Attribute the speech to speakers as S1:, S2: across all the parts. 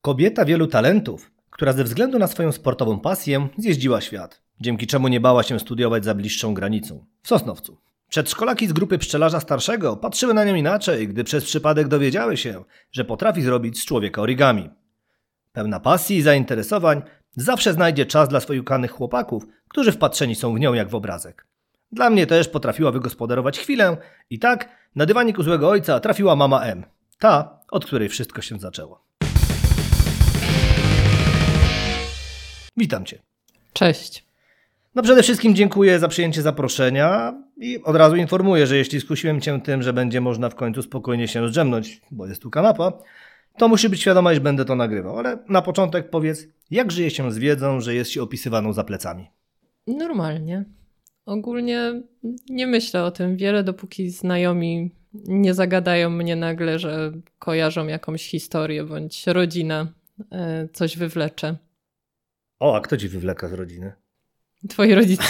S1: Kobieta wielu talentów, która ze względu na swoją sportową pasję zjeździła świat, dzięki czemu nie bała się studiować za bliższą granicą, w Sosnowcu. Przedszkolaki z grupy pszczelarza starszego patrzyły na nią inaczej, gdy przez przypadek dowiedziały się, że potrafi zrobić z człowieka origami. Pełna pasji i zainteresowań, zawsze znajdzie czas dla swoich ukanych chłopaków, którzy wpatrzeni są w nią jak w obrazek. Dla mnie też potrafiła wygospodarować chwilę i tak na dywanik u złego ojca trafiła mama M. Ta, od której wszystko się zaczęło. Witam Cię.
S2: Cześć.
S1: No przede wszystkim dziękuję za przyjęcie zaproszenia i od razu informuję, że jeśli skusiłem Cię tym, że będzie można w końcu spokojnie się zdrzemnąć, bo jest tu kanapa, to musi być świadoma, iż będę to nagrywał. Ale na początek powiedz, jak żyje się z wiedzą, że jest się opisywaną za plecami?
S2: Normalnie. Ogólnie nie myślę o tym wiele, dopóki znajomi nie zagadają mnie nagle, że kojarzą jakąś historię bądź rodzina coś wywlecze.
S1: O, a kto Ci wywleka z rodziny?
S2: Twoi rodzice.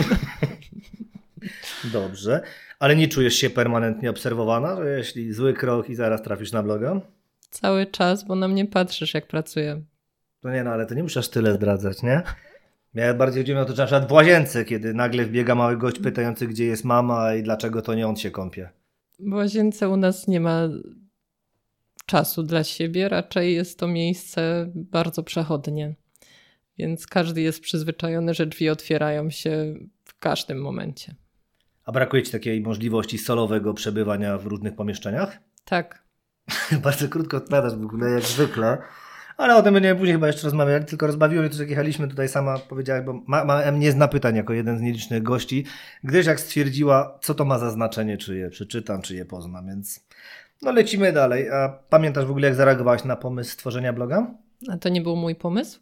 S1: Dobrze, ale nie czujesz się permanentnie obserwowana, że jeśli zły krok i zaraz trafisz na bloga?
S2: Cały czas, bo na mnie patrzysz, jak pracuję.
S1: No nie, no ale to nie musisz tyle zdradzać, nie? Miałem bardziej chodziło o to, że na przykład w łazience, kiedy nagle wbiega mały gość pytający, gdzie jest mama i dlaczego to nie on się kąpie.
S2: W łazience u nas nie ma czasu dla siebie, raczej jest to miejsce bardzo przechodnie. Więc każdy jest przyzwyczajony, że drzwi otwierają się w każdym momencie.
S1: A brakuje Ci takiej możliwości solowego przebywania w różnych pomieszczeniach?
S2: Tak.
S1: Bardzo krótko odpowiadasz w ogóle, jak zwykle. Ale o tym będziemy później chyba jeszcze rozmawiali, tylko rozbawiło mnie to, że jak jechaliśmy tutaj, sama powiedziałaś, bo mama M nie zna pytań jako jeden z nielicznych gości, gdyż jak stwierdziła, co to ma za znaczenie, czy je przeczytam, czy je poznam, więc no lecimy dalej. A pamiętasz w ogóle, jak zareagowałaś na pomysł stworzenia bloga?
S2: A to nie był mój pomysł?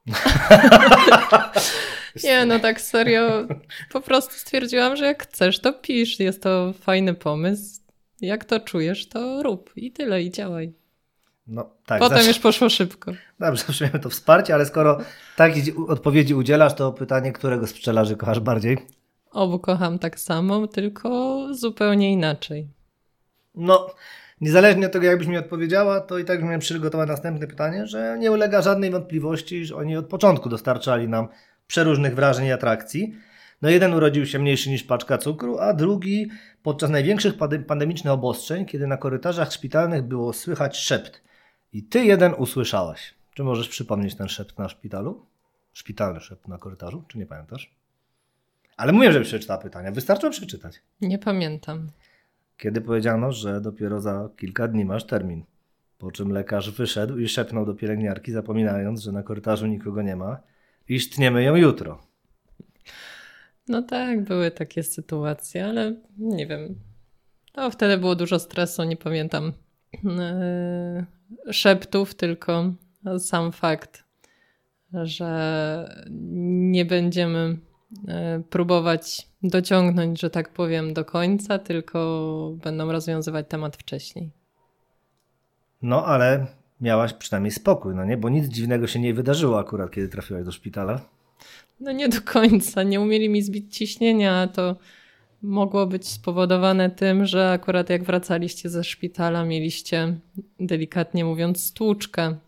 S2: Nie, no tak serio. Po prostu stwierdziłam, że jak chcesz, to pisz. Jest to fajny pomysł. Jak to czujesz, to rób. I tyle, i działaj.
S1: No, tak,
S2: potem już poszło szybko.
S1: Dobrze, przyjmiemy to wsparcie, ale skoro takiej odpowiedzi udzielasz, to pytanie, którego z pszczelarzy kochasz bardziej?
S2: Obu kocham tak samo, tylko zupełnie inaczej.
S1: No, niezależnie od tego, jakbyś mi odpowiedziała, to i tak miałem przygotować następne pytanie, że nie ulega żadnej wątpliwości, że oni od początku dostarczali nam przeróżnych wrażeń i atrakcji. No jeden urodził się mniejszy niż paczka cukru, a drugi podczas największych pandemicznych obostrzeń, kiedy na korytarzach szpitalnych było słychać szept. I ty jeden usłyszałaś. Czy możesz przypomnieć ten szept na szpitalu? Szpitalny szept na korytarzu? Czy nie pamiętasz? Ale mówię, żebyś przeczytała pytania. Wystarczyło przeczytać.
S2: Nie pamiętam.
S1: Kiedy powiedziano, że dopiero za kilka dni masz termin. Po czym lekarz wyszedł i szepnął do pielęgniarki, zapominając, że na korytarzu nikogo nie ma, iż tniemy ją jutro.
S2: No tak, były takie sytuacje, ale nie wiem. No, wtedy było dużo stresu, nie pamiętam szeptów, tylko sam fakt, że nie będziemy próbować dociągnąć, że tak powiem, do końca, tylko będą rozwiązywać temat wcześniej.
S1: No ale miałaś przynajmniej spokój, no nie? Bo nic dziwnego się nie wydarzyło akurat, kiedy trafiłaś do szpitala.
S2: No nie do końca. Nie umieli mi zbić ciśnienia, a to mogło być spowodowane tym, że akurat jak wracaliście ze szpitala, mieliście, delikatnie mówiąc, stłuczkę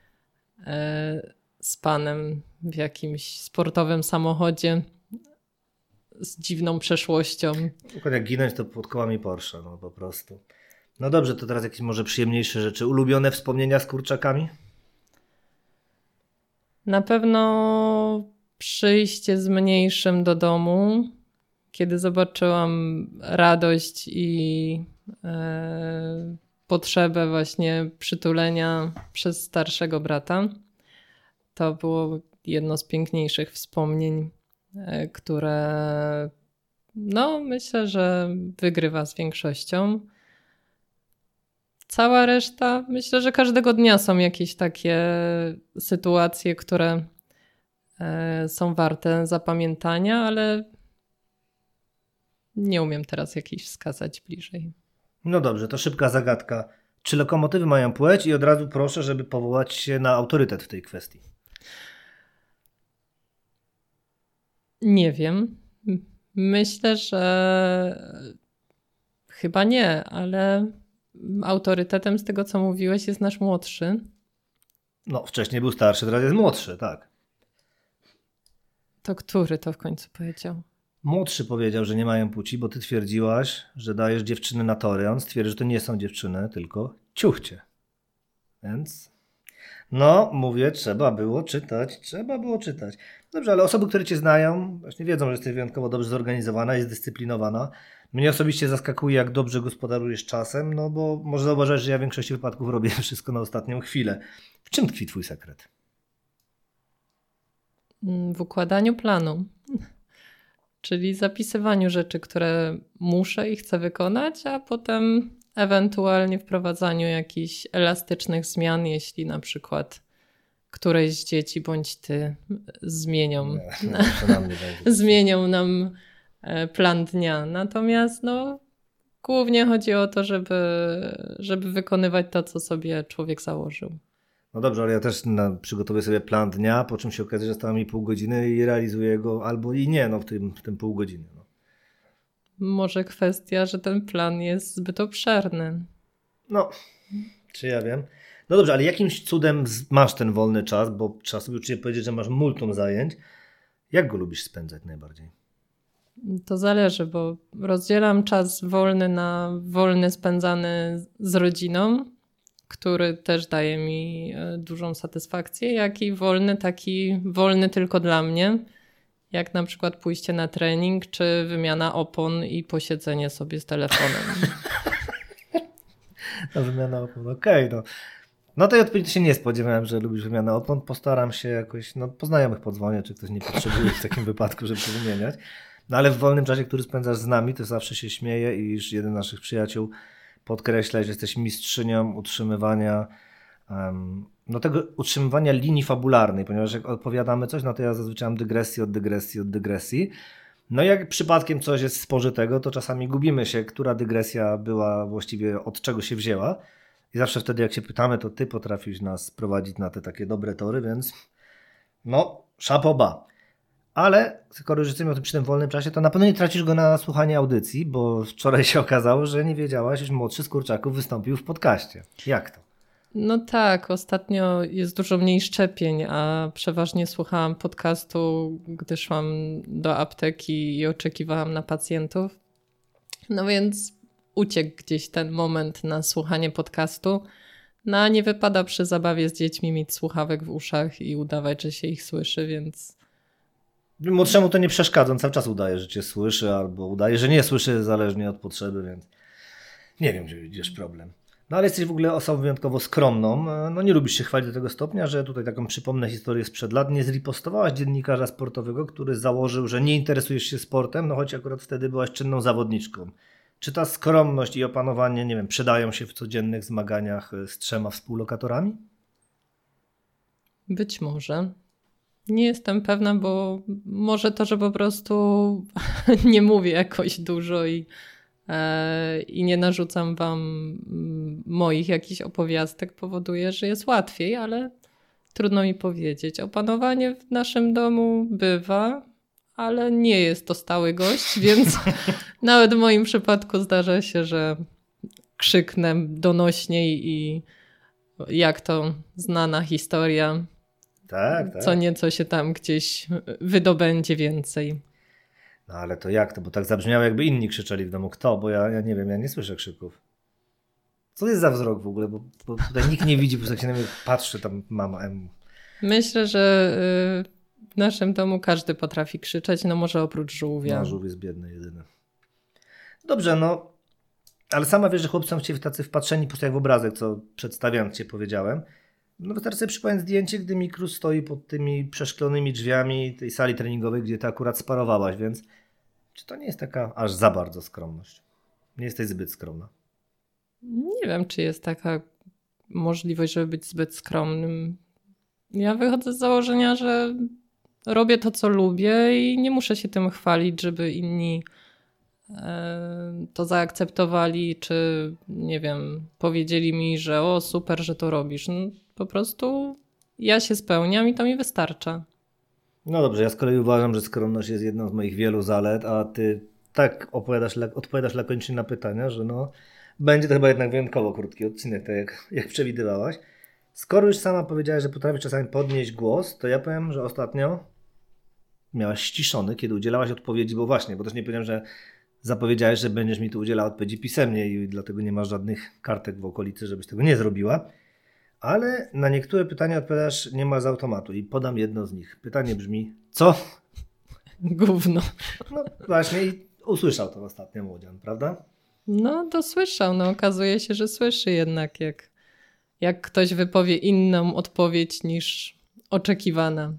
S2: z panem w jakimś sportowym samochodzie z dziwną przeszłością.
S1: Jak ginąć, to pod kołami Porsche, no po prostu. No dobrze, to teraz jakieś może przyjemniejsze rzeczy. Ulubione wspomnienia z kurczakami?
S2: Na pewno przyjście z mniejszym do domu, kiedy zobaczyłam radość i potrzebę właśnie przytulenia przez starszego brata. To było jedno z piękniejszych wspomnień, które no myślę, że wygrywa z większością. Cała reszta, myślę, że każdego dnia są jakieś takie sytuacje, które są warte zapamiętania, ale nie umiem teraz jakiejś wskazać bliżej.
S1: No dobrze, to szybka zagadka. Czy lokomotywy mają płeć? I od razu proszę, żeby powołać się na autorytet w tej kwestii.
S2: Nie wiem. Myślę, że chyba nie, ale autorytetem z tego, co mówiłeś, jest nasz młodszy.
S1: No, wcześniej był starszy, teraz jest młodszy, tak.
S2: To który to w końcu powiedział?
S1: Młodszy powiedział, że nie mają płci, bo ty twierdziłaś, że dajesz dziewczyny na tory, a on stwierdził, że to nie są dziewczyny, tylko ciuchcie. Więc... No, mówię, trzeba było czytać. Dobrze, ale osoby, które cię znają, właśnie wiedzą, że jesteś wyjątkowo dobrze zorganizowana i zdyscyplinowana. Mnie osobiście zaskakuje, jak dobrze gospodarujesz czasem, no bo może zauważyć, że ja w większości wypadków robię wszystko na ostatnią chwilę. W czym tkwi twój sekret?
S2: W układaniu planu. Czyli zapisywaniu rzeczy, które muszę i chcę wykonać, a potem ewentualnie wprowadzaniu jakichś elastycznych zmian, jeśli na przykład któreś z dzieci bądź ty zmienią nam plan dnia. Natomiast głównie chodzi o to, żeby wykonywać to, co sobie człowiek założył.
S1: No dobrze, ale ja też przygotowuję sobie plan dnia, po czym się okazuje, że zostało mi pół godziny i realizuję go albo i nie w tym pół godziny. No.
S2: Może kwestia, że ten plan jest zbyt obszerny.
S1: No, czy ja wiem. No dobrze, ale jakimś cudem masz ten wolny czas, bo trzeba sobie uczciwie powiedzieć, że masz multum zajęć. Jak go lubisz spędzać najbardziej?
S2: To zależy, bo rozdzielam czas wolny na wolny spędzany z rodziną, który też daje mi dużą satysfakcję, jak i taki wolny tylko dla mnie, jak na przykład pójście na trening, czy wymiana opon i posiedzenie sobie z telefonem.
S1: No, wymiana opon, okej, no. No tej odpowiedzi się nie spodziewałem, że lubisz wymianę opon. Postaram się jakoś, po znajomych podzwonię, czy ktoś nie potrzebuje w takim wypadku, żeby to wymieniać. No ale w wolnym czasie, który spędzasz z nami, to zawsze się śmieję, iż jeden z naszych przyjaciół podkreśla, że jesteś mistrzynią utrzymywania tego utrzymywania linii fabularnej, ponieważ jak odpowiadamy coś, no to ja zazwyczaj mam dygresję od dygresji. No i jak przypadkiem coś jest spożytego, to czasami gubimy się, która dygresja była właściwie od czego się wzięła. I zawsze wtedy jak się pytamy, to ty potrafisz nas prowadzić na te takie dobre tory, więc chapeau bas. Ale skoro życzymy o tym przy tym wolnym czasie, to na pewno nie tracisz go na słuchanie audycji, bo wczoraj się okazało, że nie wiedziałaś, że młodszy z kurczaków wystąpił w podcaście. Jak to?
S2: No tak, ostatnio jest dużo mniej szczepień, a przeważnie słuchałam podcastu, gdy szłam do apteki i oczekiwałam na pacjentów. No więc uciekł gdzieś ten moment na słuchanie podcastu. No a nie wypada przy zabawie z dziećmi mieć słuchawek w uszach i udawać, że się ich słyszy, więc...
S1: Młodszemu to nie przeszkadza, on cały czas udaje, że cię słyszy, albo udaje, że nie słyszy, zależnie od potrzeby, więc nie wiem, gdzie widzisz problem. No ale jesteś w ogóle osobą wyjątkowo skromną. No nie lubisz się chwalić do tego stopnia, że tutaj taką przypomnę historię sprzed lat. Nie zripostowałaś dziennikarza sportowego, który założył, że nie interesujesz się sportem, no choć akurat wtedy byłaś czynną zawodniczką. Czy ta skromność i opanowanie, nie wiem, przydają się w codziennych zmaganiach z 3 współlokatorami?
S2: Być może. Nie jestem pewna, bo może to, że po prostu nie mówię jakoś dużo i nie narzucam wam moich jakichś opowiastek, powoduje, że jest łatwiej, ale trudno mi powiedzieć. Opanowanie w naszym domu bywa, ale nie jest to stały gość, więc nawet w moim przypadku zdarza się, że krzyknę donośniej i jak to znana historia,
S1: tak.
S2: co nieco się tam gdzieś wydobędzie więcej.
S1: No ale to jak to? Bo tak zabrzmiało, jakby inni krzyczeli w domu. Kto? Bo ja nie wiem, ja nie słyszę krzyków. Co to jest za wzrok w ogóle? Bo tutaj nikt nie widzi, po prostu jak się na mnie patrzy, tam mama.
S2: Myślę, że w naszym domu każdy potrafi krzyczeć, no może oprócz żółwia.
S1: No, żółw jest biedny jedyny. Dobrze, ale sama wiesz, że chłopcy są w ciebie tacy wpatrzeni po prostu jak w obrazek, co przedstawiając cię powiedziałem. No wystarczy sobie przypomnieć zdjęcie, gdy Mikrus stoi pod tymi przeszklonymi drzwiami tej sali treningowej, gdzie ty akurat sparowałaś, więc czy to nie jest taka aż za bardzo skromność? Nie jesteś zbyt skromna?
S2: Nie wiem, czy jest taka możliwość, żeby być zbyt skromnym. Ja wychodzę z założenia, że robię to, co lubię i nie muszę się tym chwalić, żeby inni to zaakceptowali, czy nie wiem, powiedzieli mi, że o super, że to robisz. No, po prostu ja się spełniam i to mi wystarcza.
S1: No dobrze, ja z kolei uważam, że skromność jest jedną z moich wielu zalet, a ty tak odpowiadasz lakonicznie na pytania, że będzie to chyba jednak wyjątkowo krótki odcinek, tak jak przewidywałaś. Skoro już sama powiedziałaś, że potrafisz czasami podnieść głos, to ja powiem, że ostatnio miałaś ściszony, kiedy udzielałaś odpowiedzi, bo też nie powiedziałem, że zapowiedziałeś, że będziesz mi tu udzielała odpowiedzi pisemnie i dlatego nie masz żadnych kartek w okolicy, żebyś tego nie zrobiła. Ale na niektóre pytania odpowiadasz nie z automatu i podam jedno z nich. Pytanie brzmi, co?
S2: Gówno.
S1: No właśnie i usłyszał to ostatnio młodzian, prawda?
S2: No to słyszał, no okazuje się, że słyszy jednak, jak ktoś wypowie inną odpowiedź niż oczekiwana.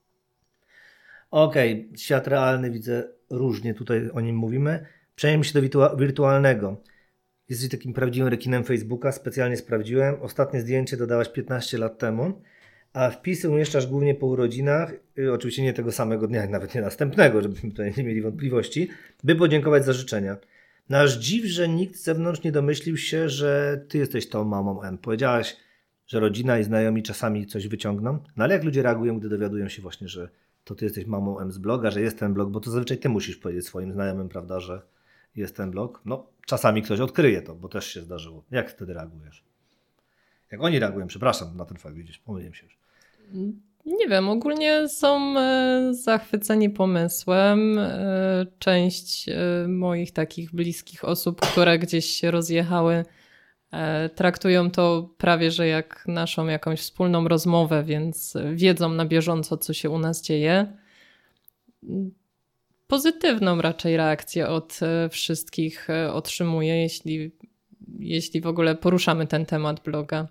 S1: Okej, świat realny widzę różnie, tutaj o nim mówimy. Przenieśmy się do wirtualnego. Jesteś takim prawdziwym rekinem Facebooka, specjalnie sprawdziłem. Ostatnie zdjęcie dodałaś 15 lat temu, a wpisy umieszczasz głównie po urodzinach, oczywiście nie tego samego dnia, nawet nie następnego, żebyśmy tutaj nie mieli wątpliwości, by podziękować za życzenia. No aż dziw, że nikt z zewnątrz nie domyślił się, że ty jesteś tą mamą M. Powiedziałaś, że rodzina i znajomi czasami coś wyciągną, no ale jak ludzie reagują, gdy dowiadują się właśnie, że to ty jesteś mamą M z bloga, że jest ten blog, bo to zazwyczaj ty musisz powiedzieć swoim znajomym, prawda, że jest ten blog. No czasami ktoś odkryje to, bo też się zdarzyło. Jak wtedy reagujesz? Jak oni reagują, przepraszam na ten fakt, widzisz, pomyliłem się już.
S2: Nie wiem, ogólnie są zachwyceni pomysłem. Część moich takich bliskich osób, które gdzieś się rozjechały, traktują to prawie, że jak naszą jakąś wspólną rozmowę, więc wiedzą na bieżąco, co się u nas dzieje. Pozytywną raczej reakcję od wszystkich otrzymuję, jeśli w ogóle poruszamy ten temat bloga.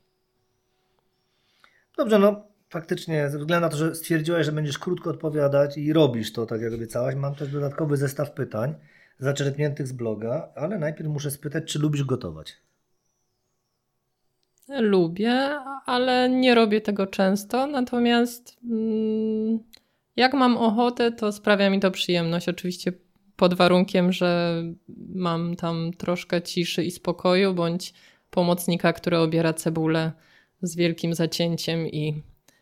S1: Dobrze, no faktycznie, ze względu na to, że stwierdziłaś, że będziesz krótko odpowiadać i robisz to tak, jak obiecałaś, mam też dodatkowy zestaw pytań zaczerpniętych z bloga, ale najpierw muszę spytać, czy lubisz gotować?
S2: Lubię, ale nie robię tego często, natomiast jak mam ochotę, to sprawia mi to przyjemność. Oczywiście pod warunkiem, że mam tam troszkę ciszy i spokoju, bądź pomocnika, który obiera cebulę z wielkim zacięciem i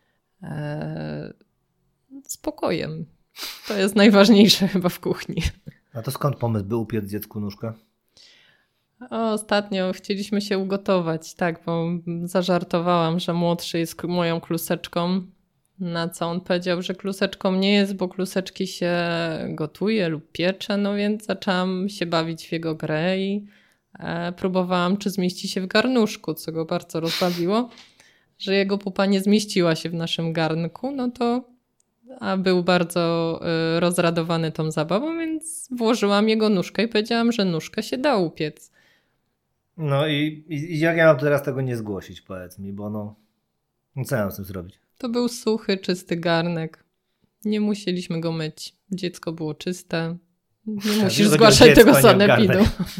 S2: spokojem. To jest najważniejsze chyba w kuchni.
S1: A to skąd pomysł, by upiec dziecku nóżkę?
S2: Ostatnio chcieliśmy się ugotować, tak, bo zażartowałam, że młodszy jest moją kluseczką, na co on powiedział, że kluseczką nie jest, bo kluseczki się gotuje lub piecze, no więc zaczęłam się bawić w jego grę i próbowałam, czy zmieści się w garnuszku, co go bardzo rozbawiło, że jego pupa nie zmieściła się w naszym garnku, no to a był bardzo rozradowany tą zabawą, więc włożyłam jego nóżkę i powiedziałam, że nóżkę się da upiec.
S1: No i jak ja mam teraz tego nie zgłosić, powiedz mi, bo no co ja mam z tym zrobić?
S2: To był suchy, czysty garnek. Nie musieliśmy go myć. Dziecko było czyste. Nie musisz zgłaszać tego sanepidu.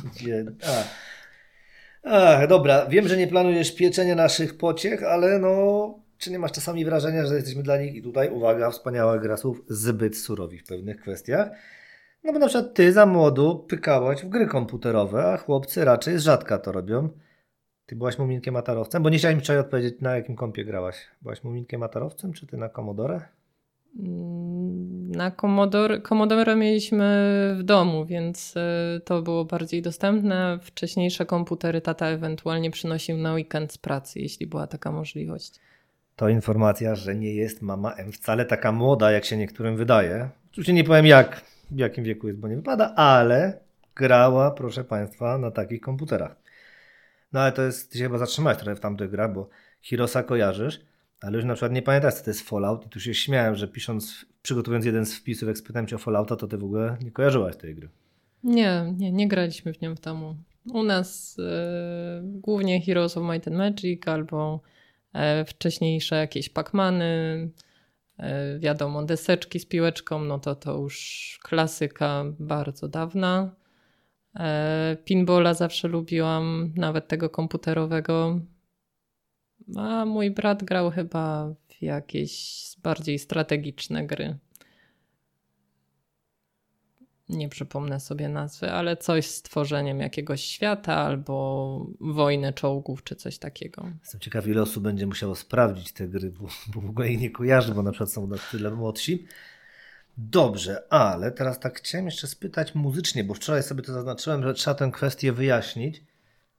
S1: Dobra, wiem, że nie planujesz pieczenia naszych pociech, ale no, czy nie masz czasami wrażenia, że jesteśmy dla nich, i tutaj uwaga, wspaniała gra słów, zbyt surowi w pewnych kwestiach? No bo na przykład ty za młodu pykałaś w gry komputerowe, a chłopcy raczej z rzadka to robią. Ty byłaś muminkiem atarowcem? Bo nie chciałem mi wczoraj odpowiedzieć, na jakim kompie grałaś. Byłaś muminkiem atarowcem, czy ty na Commodore?
S2: Na Commodore mieliśmy w domu, więc to było bardziej dostępne. Wcześniejsze komputery tata ewentualnie przynosił na weekend z pracy, jeśli była taka możliwość.
S1: To informacja, że nie jest mama M wcale taka młoda, jak się niektórym wydaje. Oczywiście nie powiem jak, w jakim wieku jest, bo nie wypada, ale grała, proszę Państwa, na takich komputerach. No ale to jest, ty się chyba zatrzymałeś trochę w tamtych grach, bo Heroesa kojarzysz, ale już na przykład nie pamiętasz, co to jest Fallout i tu się śmiałem, że przygotowując jeden z wpisów, jak spytałem cię o Fallouta, to ty w ogóle nie kojarzyłaś tej gry.
S2: Nie graliśmy w nią w domu. U nas głównie Heroes of Might and Magic albo wcześniejsze jakieś Pac-Many, wiadomo, deseczki z piłeczką, no to już klasyka bardzo dawna. Pinballa zawsze lubiłam, nawet tego komputerowego. A mój brat grał chyba w jakieś bardziej strategiczne gry. Nie przypomnę sobie nazwy, ale coś z tworzeniem jakiegoś świata albo wojny czołgów czy coś takiego.
S1: Jestem ciekaw, ile osób będzie musiało sprawdzić te gry, bo w ogóle ich nie kojarzy, bo na przykład są na tyle młodsi. Dobrze, ale teraz tak chciałem jeszcze spytać muzycznie, bo wczoraj sobie to zaznaczyłem, że trzeba tę kwestię wyjaśnić.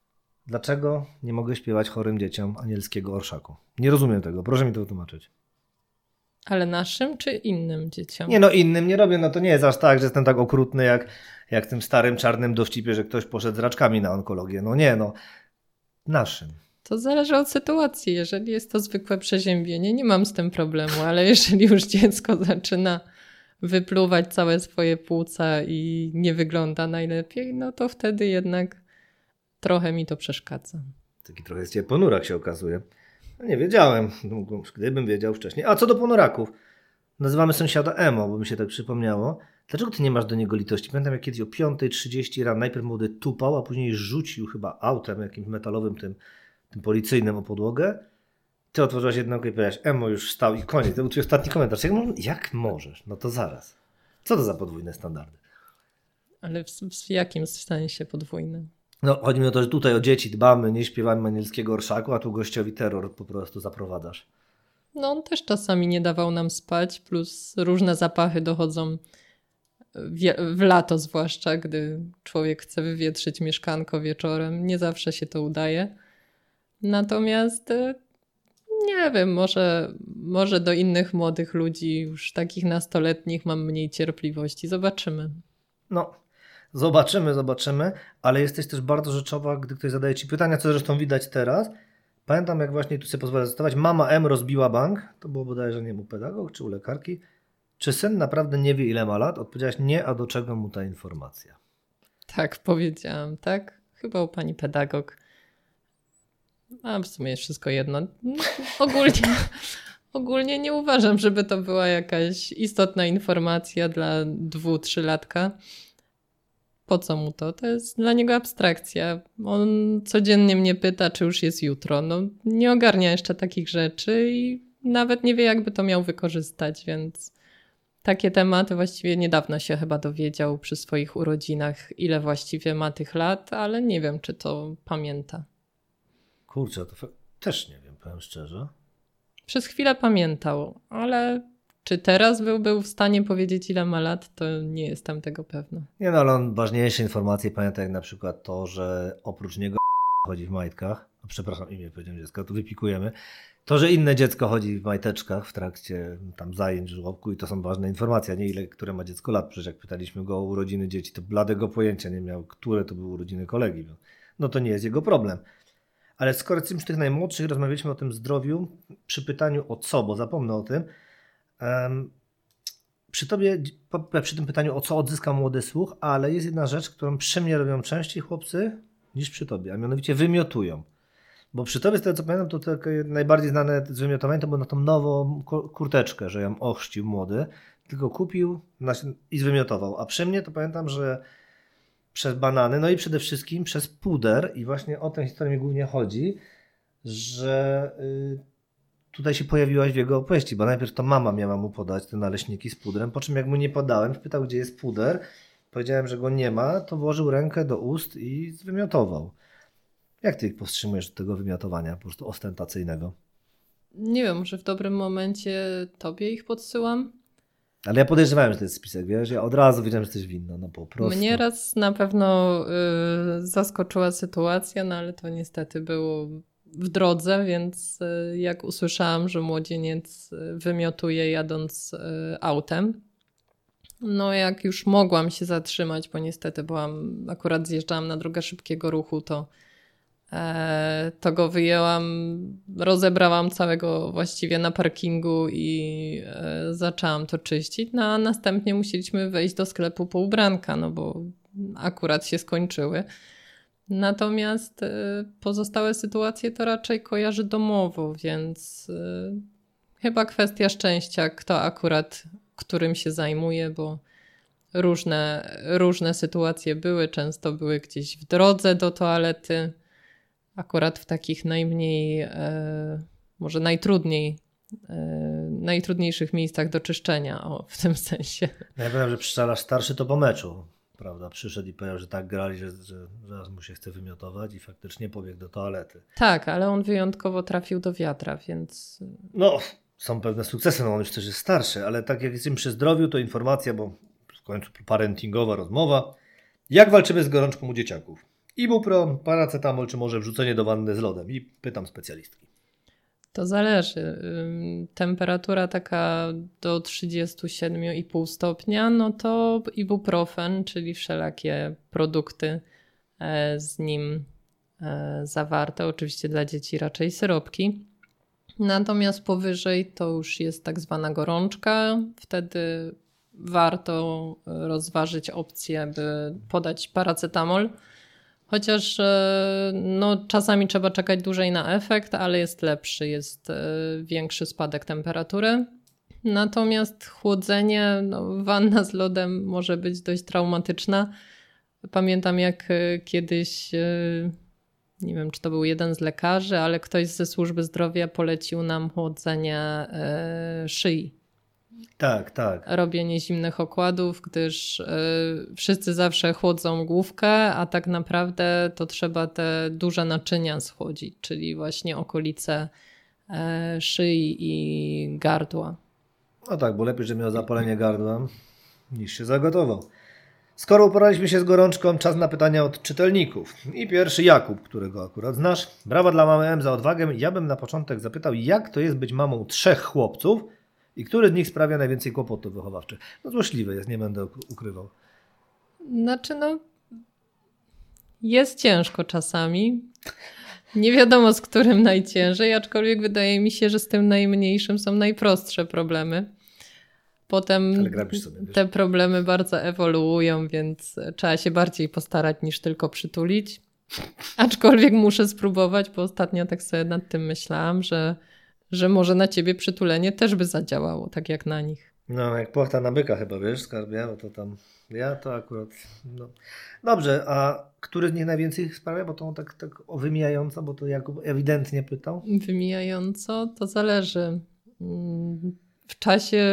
S1: Dlaczego nie mogę śpiewać chorym dzieciom anielskiego orszaku? Nie rozumiem tego, proszę mi to wytłumaczyć.
S2: Ale naszym czy innym dzieciom?
S1: Nie no, innym nie robię, no to nie jest aż tak, że jestem tak okrutny jak w tym starym czarnym dowcipie, że ktoś poszedł z raczkami na onkologię. No nie, no, naszym.
S2: To zależy od sytuacji. Jeżeli jest to zwykłe przeziębienie, nie mam z tym problemu, ale jeżeli już dziecko zaczyna wypluwać całe swoje płuca i nie wygląda najlepiej, no to wtedy jednak trochę mi to przeszkadza.
S1: Taki trochę jest cię ponurak się okazuje. No nie wiedziałem, gdybym wiedział wcześniej. A co do ponuraków? Nazywamy sąsiada Emo, bo mi się tak przypomniało. Dlaczego ty nie masz do niego litości? Pamiętam jak kiedyś o 5:30 rano najpierw młody tupał, a później rzucił chyba autem jakimś metalowym tym policyjnym o podłogę. Ty otworzyłaś jedno oko i powiedziałaś, Emo już wstał i koniec. To był twój ostatni komentarz. Jak możesz? No to zaraz. Co to za podwójne standardy?
S2: Ale w jakim sensie podwójnym?
S1: No chodzi mi o to, że tutaj o dzieci dbamy, nie śpiewamy anielskiego orszaku, a tu gościowi terror po prostu zaprowadzasz.
S2: No on też czasami nie dawał nam spać, plus różne zapachy dochodzą w lato zwłaszcza, gdy człowiek chce wywietrzyć mieszkanko wieczorem. Nie zawsze się to udaje. Natomiast nie wiem, może do innych młodych ludzi, już takich nastoletnich, mam mniej cierpliwości. Zobaczymy.
S1: No, zobaczymy, ale jesteś też bardzo rzeczowa, gdy ktoś zadaje ci pytania, co zresztą widać teraz. Pamiętam, jak właśnie tu sobie pozwolę zastosować, mama M rozbiła bank, to było bodajże nie u pedagog czy u lekarki. Czy syn naprawdę nie wie, ile ma lat? Odpowiedziałaś nie, a do czego mu ta informacja?
S2: Tak, powiedziałam, tak? Chyba u pani pedagog. A w sumie jest wszystko jedno. Ogólnie nie uważam, żeby to była jakaś istotna informacja dla 2-3-latka. Po co mu to? To jest dla niego abstrakcja. On codziennie mnie pyta, czy już jest jutro. No, nie ogarnia jeszcze takich rzeczy i nawet nie wie, jakby to miał wykorzystać, więc takie tematy właściwie niedawno się chyba dowiedział przy swoich urodzinach, ile właściwie ma tych lat, ale nie wiem, czy to pamięta.
S1: Kurczę, to też nie wiem, powiem szczerze.
S2: Przez chwilę pamiętał, ale czy teraz był w stanie powiedzieć, ile ma lat, to nie jestem tego pewna.
S1: Nie no, ale on ważniejsze informacje pamięta, jak na przykład to, że oprócz niego chodzi w majtkach. No, przepraszam, imię powiedziałem dziecka, tu wypikujemy. To, że inne dziecko chodzi w majteczkach w trakcie tam zajęć w żłobku i to są ważne informacje, a nie ile, które ma dziecko lat. Przecież jak pytaliśmy go o urodziny dzieci, to bladego pojęcia nie miał, które to były urodziny kolegi. No to nie jest jego problem. Ale skoro jesteśmy przy tych najmłodszych, rozmawialiśmy o tym zdrowiu, przy pytaniu o co, bo zapomnę o tym, przy tobie, przy tym pytaniu o co odzyskam młody słuch, ale jest jedna rzecz, którą przy mnie robią częściej chłopcy niż przy tobie, a mianowicie wymiotują. Bo przy tobie, z tego co pamiętam, to takie najbardziej znane z wymiotowaniem to było na tą nową kurteczkę, że ją ochrzcił młody, tylko kupił i zwymiotował. A przy mnie to pamiętam, że przez banany, no i przede wszystkim przez puder i właśnie o tę historię mi głównie chodzi, że tutaj się pojawiłaś w jego opowieści, bo najpierw to mama miała mu podać te naleśniki z pudrem, po czym jak mu nie podałem, spytał, gdzie jest puder, powiedziałem, że go nie ma, to włożył rękę do ust i zwymiotował. Jak ty powstrzymujesz od tego wymiotowania po prostu ostentacyjnego?
S2: Nie wiem, może w dobrym momencie tobie ich podsyłam?
S1: Ale ja podejrzewałem, że to jest spisek, wiesz? Ja od razu wiedziałem, że jesteś winna, no po prostu.
S2: Mnie raz na pewno zaskoczyła sytuacja, no ale to niestety było w drodze, więc jak usłyszałam, że młodzieniec wymiotuje jadąc autem, no jak już mogłam się zatrzymać, bo niestety akurat zjeżdżałam na drogę szybkiego ruchu, to go wyjęłam, rozebrałam całego właściwie na parkingu i zaczęłam to czyścić. No a następnie musieliśmy wejść do sklepu po ubranka, no bo akurat się skończyły. Natomiast pozostałe sytuacje to raczej kojarzy domowo, więc chyba kwestia szczęścia, kto akurat którym się zajmuje, bo różne sytuacje były, często były gdzieś w drodze do toalety, akurat w takich najmniej, może najtrudniejszych miejscach do czyszczenia, w tym sensie.
S1: Ja wiem, że pszczelarz starszy to po meczu, prawda? Przyszedł i powiedział, że tak grali, że zaraz mu się chce wymiotować i faktycznie pobiegł do toalety.
S2: Tak, ale on wyjątkowo trafił do wiatra, więc...
S1: No, są pewne sukcesy, no on już też jest starszy, ale tak jak jesteśmy przy zdrowiu, to informacja, bo w końcu parentingowa rozmowa. Jak walczymy z gorączką u dzieciaków? Ibuprom, paracetamol, czy może wrzucenie do wanny z lodem? I pytam specjalistki.
S2: To zależy. Temperatura taka do 37,5 stopnia, no to ibuprofen, czyli wszelakie produkty z nim zawarte, oczywiście dla dzieci raczej syropki. Natomiast powyżej to już jest tak zwana gorączka. Wtedy warto rozważyć opcję, by podać paracetamol. Chociaż no, czasami trzeba czekać dłużej na efekt, ale jest lepszy, jest większy spadek temperatury. Natomiast chłodzenie, no, wanna z lodem może być dość traumatyczna. Pamiętam jak kiedyś, nie wiem czy to był jeden z lekarzy, ale ktoś ze służby zdrowia polecił nam chłodzenie szyi.
S1: Tak, tak.
S2: Robienie zimnych okładów, gdyż wszyscy zawsze chłodzą główkę, a tak naprawdę to trzeba te duże naczynia schłodzić, czyli właśnie okolice szyi i gardła.
S1: No tak, bo lepiej, że miał zapalenie gardła niż się zagotował. Skoro uporaliśmy się z gorączką, czas na pytania od czytelników. I pierwszy Jakub, którego akurat znasz. Brawa dla mamy M za odwagę. Ja bym na początek zapytał, jak to jest być mamą 3 chłopców i który z nich sprawia najwięcej kłopotów wychowawczych? No złośliwy jest, nie będę ukrywał.
S2: Znaczy no, jest ciężko czasami. Nie wiadomo z którym najciężej, aczkolwiek wydaje mi się, że z tym najmniejszym są najprostsze problemy. Potem
S1: sobie,
S2: te problemy bardzo ewoluują, więc trzeba się bardziej postarać niż tylko przytulić. Aczkolwiek muszę spróbować, bo ostatnio tak sobie nad tym myślałam, że może na ciebie przytulenie też by zadziałało, tak jak na nich.
S1: No, jak płachta na byka chyba, wiesz, skarbie, bo to tam, ja to akurat, no. Dobrze, a który z nich najwięcej sprawia, bo to tak wymijająco, bo to Jakub ewidentnie pytał.
S2: Wymijająco? To zależy. W czasie,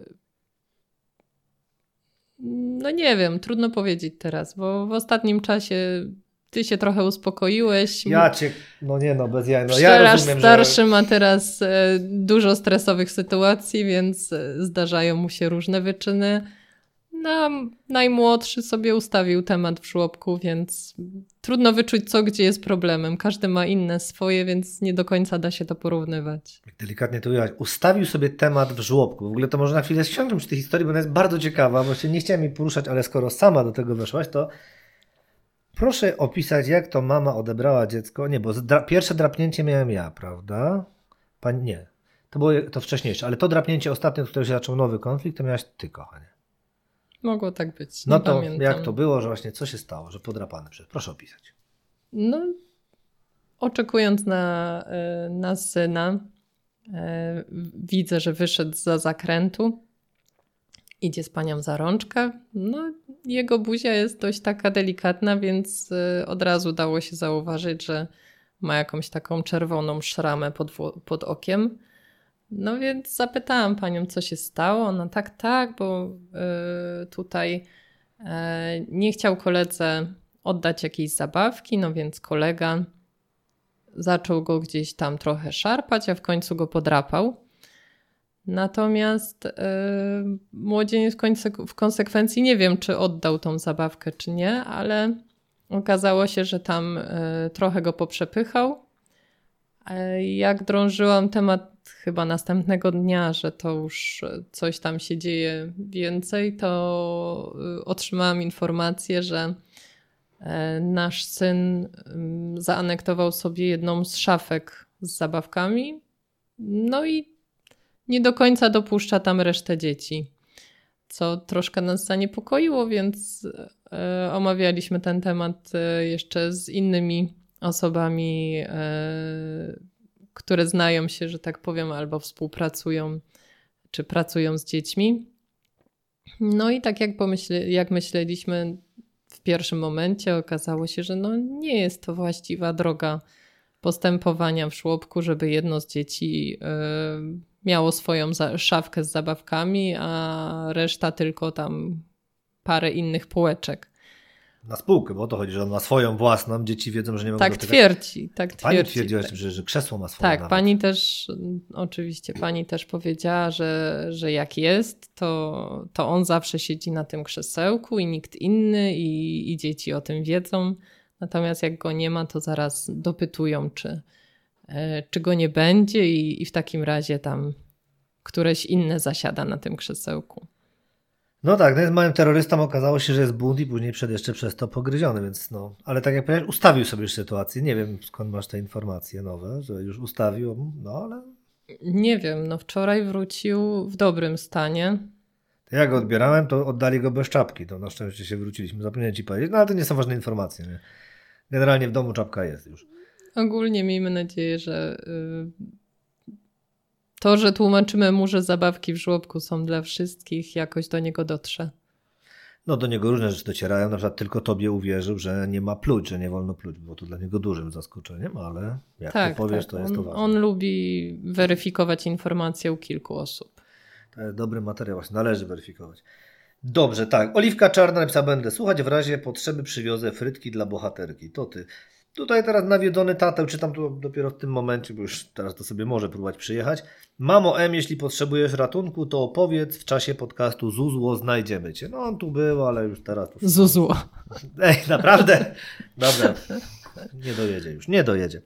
S2: no nie wiem, trudno powiedzieć teraz, bo w ostatnim czasie ty się trochę uspokoiłeś.
S1: Bez jaj. No,
S2: Pszczelarz
S1: ja rozumiem,
S2: starszy ma teraz dużo stresowych sytuacji, więc zdarzają mu się różne wyczyny. No, najmłodszy sobie ustawił temat w żłobku, więc trudno wyczuć co gdzie jest problemem. Każdy ma inne swoje, więc nie do końca da się to porównywać.
S1: Delikatnie to ująć. Ustawił sobie temat w żłobku. W ogóle to może na chwilę ściągnąć tej historii, bo ona jest bardzo ciekawa. Bo się nie chciałem jej poruszać, ale skoro sama do tego weszłaś, to proszę opisać, jak to mama odebrała dziecko. Nie, bo pierwsze drapnięcie miałem ja, prawda? Nie. To było to wcześniejsze, ale to drapnięcie ostatnie, od którego się zaczął nowy konflikt, to miałaś ty, kochanie.
S2: Mogło tak być.
S1: No to pamiętam. Jak to było, że właśnie co się stało, że podrapany przez. Proszę opisać.
S2: No, oczekując na syna, widzę, że wyszedł zza zakrętu. Idzie z panią za rączkę. No, jego buzia jest dość taka delikatna, więc od razu dało się zauważyć, że ma jakąś taką czerwoną szramę pod okiem. No więc zapytałam panią, co się stało. Ona tak, bo tutaj nie chciał koledze oddać jakiejś zabawki, no więc kolega zaczął go gdzieś tam trochę szarpać, a w końcu go podrapał. Natomiast młodzieniec w konsekwencji nie wiem, czy oddał tą zabawkę, czy nie, ale okazało się, że tam trochę go poprzepychał. Jak drążyłam temat chyba następnego dnia, że to już coś tam się dzieje więcej, to otrzymałam informację, że nasz syn zaanektował sobie jedną z szafek z zabawkami, no i nie do końca dopuszcza tam resztę dzieci, co troszkę nas zaniepokoiło, więc omawialiśmy ten temat jeszcze z innymi osobami, które znają się, że tak powiem, albo współpracują, czy pracują z dziećmi. No i tak jak myśleliśmy w pierwszym momencie, okazało się, że no nie jest to właściwa droga postępowania w żłobku, żeby jedno z dzieci miało swoją szafkę z zabawkami, a reszta tylko tam parę innych półeczek.
S1: Na spółkę, bo o to chodzi, że on ma swoją własną, dzieci wiedzą, że nie mogą
S2: tak
S1: dotykać.
S2: Twierdzi.
S1: Pani twierdziła, że krzesło ma swoje.
S2: Tak,
S1: nawet.
S2: pani też, oczywiście, pani też powiedziała, że jak jest, to on zawsze siedzi na tym krzesełku i nikt inny i dzieci o tym wiedzą. Natomiast jak go nie ma, to zaraz dopytują, czy go nie będzie i w takim razie tam któreś inne zasiada na tym krzesełku.
S1: No tak, no jest małym terrorystą, okazało się, że jest bunt i później jeszcze przez to pogryziony, więc no. Ale tak jak powiedziałeś, ustawił sobie już sytuację. Nie wiem, skąd masz te informacje nowe, że już ustawił, no ale...
S2: Nie wiem, no wczoraj wrócił w dobrym stanie.
S1: Jak go odbierałem, to oddali go bez czapki. To na szczęście się wróciliśmy. Zapomniałem ci powiedzieć, no ale to nie są ważne informacje. Nie? Generalnie w domu czapka jest już.
S2: Ogólnie miejmy nadzieję, że to, że tłumaczymy mu, że zabawki w żłobku są dla wszystkich, jakoś do niego dotrze.
S1: No do niego różne rzeczy docierają. Na przykład tylko tobie uwierzył, że nie ma pluć, że nie wolno pluć. Było to dla niego dużym zaskoczeniem, ale jak
S2: tak,
S1: to powiesz,
S2: tak.
S1: to jest to ważne.
S2: On lubi weryfikować informacje u kilku osób.
S1: To jest dobry materiał, właśnie należy weryfikować. Dobrze, tak. Oliwka Czarna napisała, będę słuchać, w razie potrzeby przywiozę frytki dla bohaterki. To ty. Tutaj teraz nawiedzony tatę, czytam tu dopiero w tym momencie, bo już teraz to sobie może próbować przyjechać. Mamo M, jeśli potrzebujesz ratunku, to opowiedz w czasie podcastu Zuzło, znajdziemy cię. No on tu był, ale już teraz...
S2: Zuzło.
S1: Ej, naprawdę? Dobra. Nie dojedzie.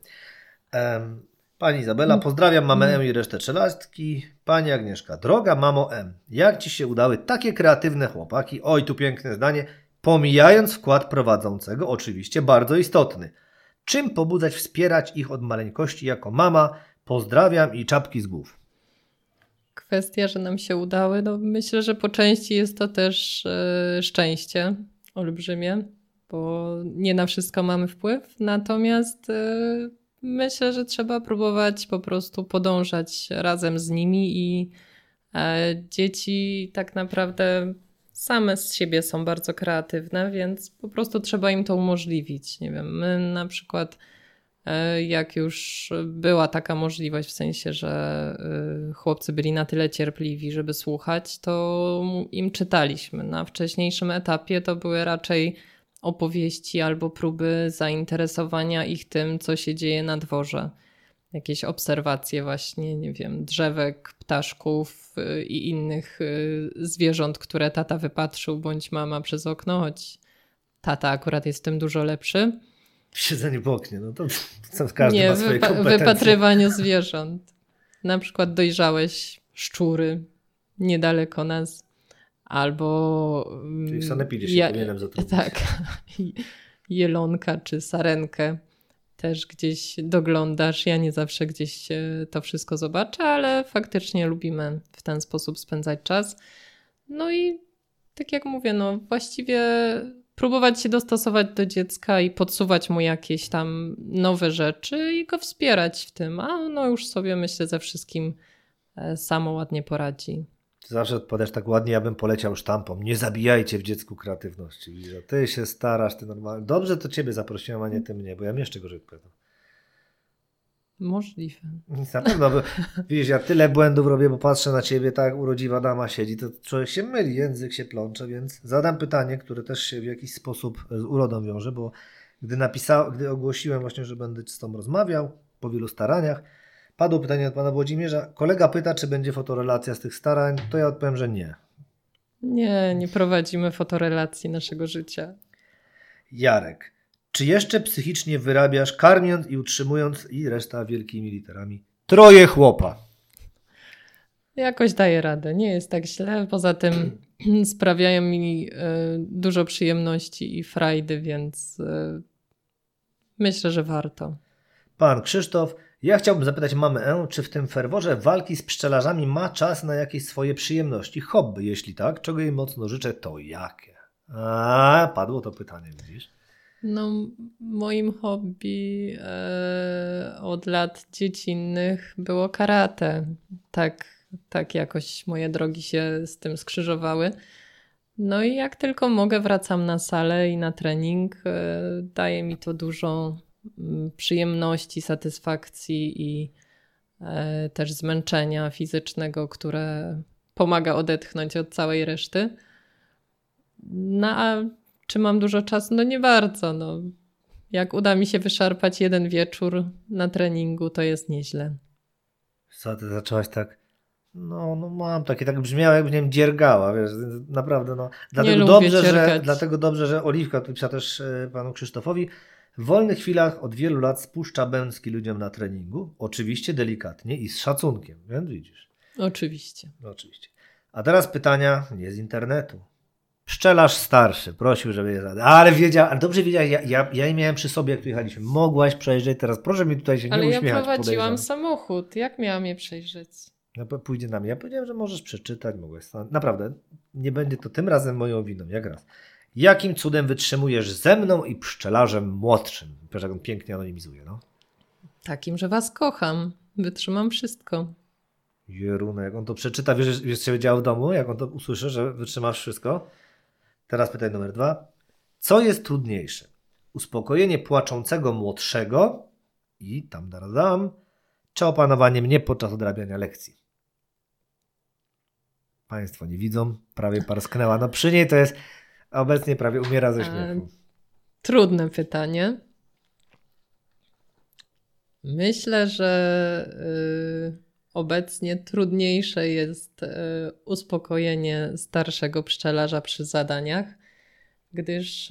S1: Pani Izabela, pozdrawiam mamę M i resztę trzelastki. Pani Agnieszka, droga mamo M, jak ci się udały takie kreatywne chłopaki? Oj, tu piękne zdanie. Pomijając wkład prowadzącego, oczywiście bardzo istotny. Czym pobudzać, wspierać ich od maleńkości jako mama? Pozdrawiam i czapki z głów.
S2: Kwestia, że nam się udały, no myślę, że po części jest to też szczęście olbrzymie, bo nie na wszystko mamy wpływ, natomiast myślę, że trzeba próbować po prostu podążać razem z nimi i dzieci tak naprawdę same z siebie są bardzo kreatywne, więc po prostu trzeba im to umożliwić. Nie wiem, my na przykład jak już była taka możliwość, w sensie, że chłopcy byli na tyle cierpliwi, żeby słuchać, to im czytaliśmy. Na wcześniejszym etapie to były raczej opowieści albo próby zainteresowania ich tym, co się dzieje na dworze. Jakieś obserwacje właśnie, nie wiem, drzewek, ptaszków i innych zwierząt, które tata wypatrzył, bądź mama przez okno, choć tata akurat jest w tym dużo lepszy.
S1: W siedzeniu w oknie, no to każdy ma swoje kompetencje.
S2: Wypatrywaniu zwierząt. Na przykład dojrzałeś szczury niedaleko nas, albo...
S1: Czyli w sanepidzie się powinienem zatrudnić.
S2: Tak, jelonka czy sarenkę też gdzieś doglądasz. Ja nie zawsze gdzieś to wszystko zobaczę, ale faktycznie lubimy w ten sposób spędzać czas. No i tak jak mówię, no właściwie próbować się dostosować do dziecka i podsuwać mu jakieś tam nowe rzeczy i go wspierać w tym, a ono już sobie myślę ze wszystkim samo ładnie poradzi.
S1: Ty zawsze odpowiadasz tak ładnie, ja bym poleciał sztampą. Nie zabijajcie w dziecku kreatywności. Liza. Ty się starasz, ty normalnie. Dobrze to ciebie zaprosiłem, a nie ty mnie, bo ja jeszcze gorzej odpowiadam.
S2: Możliwe.
S1: Nic na pewno, bo widzisz, ja tyle błędów robię, bo patrzę na ciebie, tak urodziwa dama siedzi, to człowiek się myli, język się plącze, więc zadam pytanie, które też się w jakiś sposób z urodą wiąże, bo gdy ogłosiłem właśnie, że będę z tobą rozmawiał po wielu staraniach, padło pytanie od pana Włodzimierza. Kolega pyta, czy będzie fotorelacja z tych starań, to ja odpowiem, że nie.
S2: Nie prowadzimy fotorelacji naszego życia.
S1: Jarek. Czy jeszcze psychicznie wyrabiasz, karmiąc i utrzymując, i reszta wielkimi literami, 3 chłopa?
S2: Jakoś daję radę, nie jest tak źle. Poza tym sprawiają mi dużo przyjemności i frajdy, więc myślę, że warto.
S1: Pan Krzysztof. Ja chciałbym zapytać mamę, czy w tym ferworze walki z pszczelarzami ma czas na jakieś swoje przyjemności, hobby? Jeśli tak, czego jej mocno życzę, to jakie? Padło to pytanie, widzisz?
S2: No, moim hobby od lat dziecinnych było karate. Tak jakoś moje drogi się z tym skrzyżowały. No i jak tylko mogę, wracam na salę i na trening. Daje mi to dużo przyjemności, satysfakcji i też zmęczenia fizycznego, które pomaga odetchnąć od całej reszty. No a czy mam dużo czasu? No nie bardzo. No. Jak uda mi się wyszarpać jeden wieczór na treningu, to jest nieźle.
S1: Co, ty zaczęłaś tak? No mam takie, tak brzmiało, jakby nie wiem, dziergała, wiesz, naprawdę, no. Dlatego dobrze, że Oliwka, tu pisała też panu Krzysztofowi, W wolnych chwilach od wielu lat spuszcza bęcki ludziom na treningu. Oczywiście delikatnie i z szacunkiem. Więc widzisz.
S2: Oczywiście.
S1: Oczywiście. A teraz pytania nie z internetu. Pszczelarz starszy prosił, żeby je zadać. Ale wiedział, ale dobrze wiedziałeś, ja je miałem przy sobie, jak tu jechaliśmy. Mogłaś przejrzeć teraz, proszę mi tutaj się nie uśmiechać.
S2: Ale ja prowadziłam
S1: podejrzane.
S2: samochód, jak miałam je przejrzeć?
S1: No, pójdzie na mnie. Ja powiedziałem, że możesz przeczytać, mogłeś stanąć. Naprawdę, nie będzie to tym razem moją winą, jak raz. Jakim cudem wytrzymujesz ze mną i pszczelarzem młodszym? Wiesz, jak on pięknie anonimizuje, no.
S2: Takim, że was kocham. Wytrzymam wszystko.
S1: Jeruna, jak on to przeczyta, wiesz co się działo w domu? Jak on to usłyszy, że wytrzymasz wszystko? Teraz pytanie numer 2. Co jest trudniejsze? Uspokojenie płaczącego młodszego i czy opanowanie mnie podczas odrabiania lekcji? Państwo nie widzą, prawie parsknęła. No przy niej to jest obecnie prawie umiera ze śmiechu.
S2: Trudne pytanie. Myślę, że obecnie trudniejsze jest uspokojenie starszego pszczelarza przy zadaniach, gdyż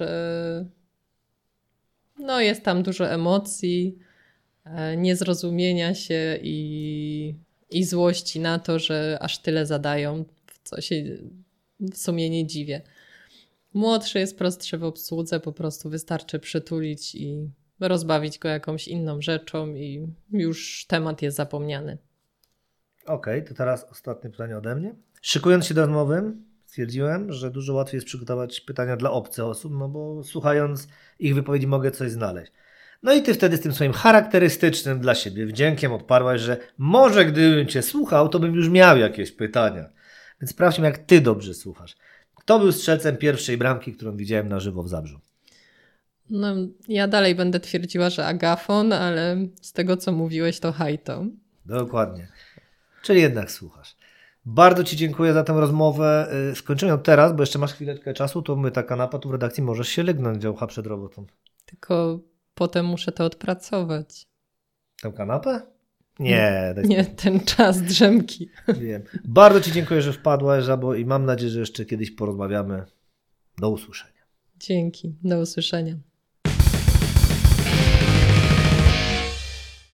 S2: jest tam dużo emocji, niezrozumienia się i złości na to, że aż tyle zadają, w co się w sumie nie dziwię. Młodszy jest prostszy w obsłudze, po prostu wystarczy przytulić i rozbawić go jakąś inną rzeczą i już temat jest zapomniany.
S1: Okej, to teraz ostatnie pytanie ode mnie. Szykując się do rozmowy, stwierdziłem, że dużo łatwiej jest przygotować pytania dla obcych osób, no bo słuchając ich wypowiedzi mogę coś znaleźć. No i ty wtedy z tym swoim charakterystycznym dla siebie wdziękiem odparłaś, że może gdybym cię słuchał, to bym już miał jakieś pytania. Więc sprawdźmy, jak ty dobrze słuchasz. Kto był strzelcem pierwszej bramki, którą widziałem na żywo w Zabrzu?
S2: No, ja dalej będę twierdziła, że Agafon, ale z tego, co mówiłeś, to Hajto.
S1: Dokładnie. Czyli jednak słuchasz. Bardzo ci dziękuję za tę rozmowę. Skończymy ją teraz, bo jeszcze masz chwileczkę czasu, to my ta kanapa tu w redakcji możesz się lygnąć, działka przed robotą.
S2: Tylko potem muszę to odpracować.
S1: Tę kanapę? Nie.
S2: Nie, ten czas drzemki.
S1: Wiem. Bardzo ci dziękuję, że wpadłaś, Żabo, i mam nadzieję, że jeszcze kiedyś porozmawiamy. Do usłyszenia.
S2: Dzięki. Do usłyszenia.